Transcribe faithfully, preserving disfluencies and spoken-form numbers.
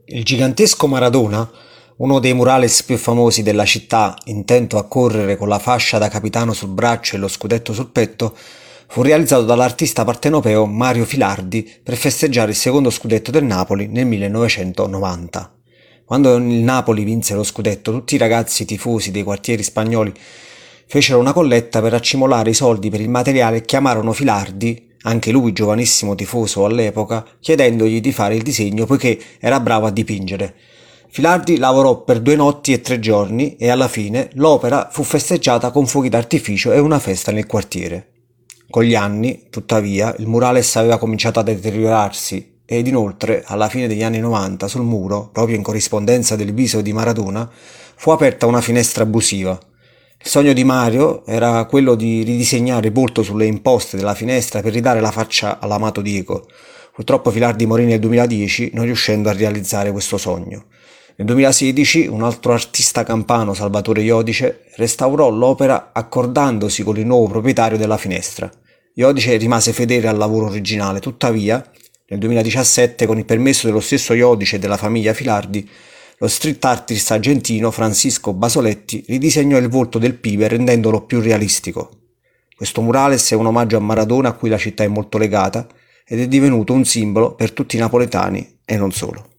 Il gigantesco Maradona, uno dei murales più famosi della città, intento a correre con la fascia da capitano sul braccio e lo scudetto sul petto, fu realizzato dall'artista partenopeo Mario Filardi per festeggiare il secondo scudetto del Napoli nel millenovecentonovanta. Quando il Napoli vinse lo scudetto, tutti i ragazzi tifosi dei quartieri spagnoli fecero una colletta per accumulare i soldi per il materiale e chiamarono Filardi, anche lui giovanissimo tifoso all'epoca, chiedendogli di fare il disegno poiché era bravo a dipingere. Filardi lavorò per due notti e tre giorni e alla fine l'opera fu festeggiata con fuochi d'artificio e una festa nel quartiere. Con gli anni, tuttavia, il murales aveva cominciato a deteriorarsi ed inoltre, alla fine degli anni novanta, sul muro, proprio in corrispondenza del viso di Maradona, fu aperta una finestra abusiva. Il sogno di Mario era quello di ridisegnare il volto sulle imposte della finestra per ridare la faccia all'amato Diego. Purtroppo Filardi morì nel duemiladieci, non riuscendo a realizzare questo sogno. Nel duemilasedici un altro artista campano, Salvatore Iodice, restaurò l'opera accordandosi con il nuovo proprietario della finestra. Iodice rimase fedele al lavoro originale, tuttavia, nel duemiladiciassette, con il permesso dello stesso Iodice e della famiglia Filardi, lo street artist argentino Francisco Basoletti ridisegnò il volto del pibe rendendolo più realistico. Questo murales è un omaggio a Maradona a cui la città è molto legata ed è divenuto un simbolo per tutti i napoletani e non solo.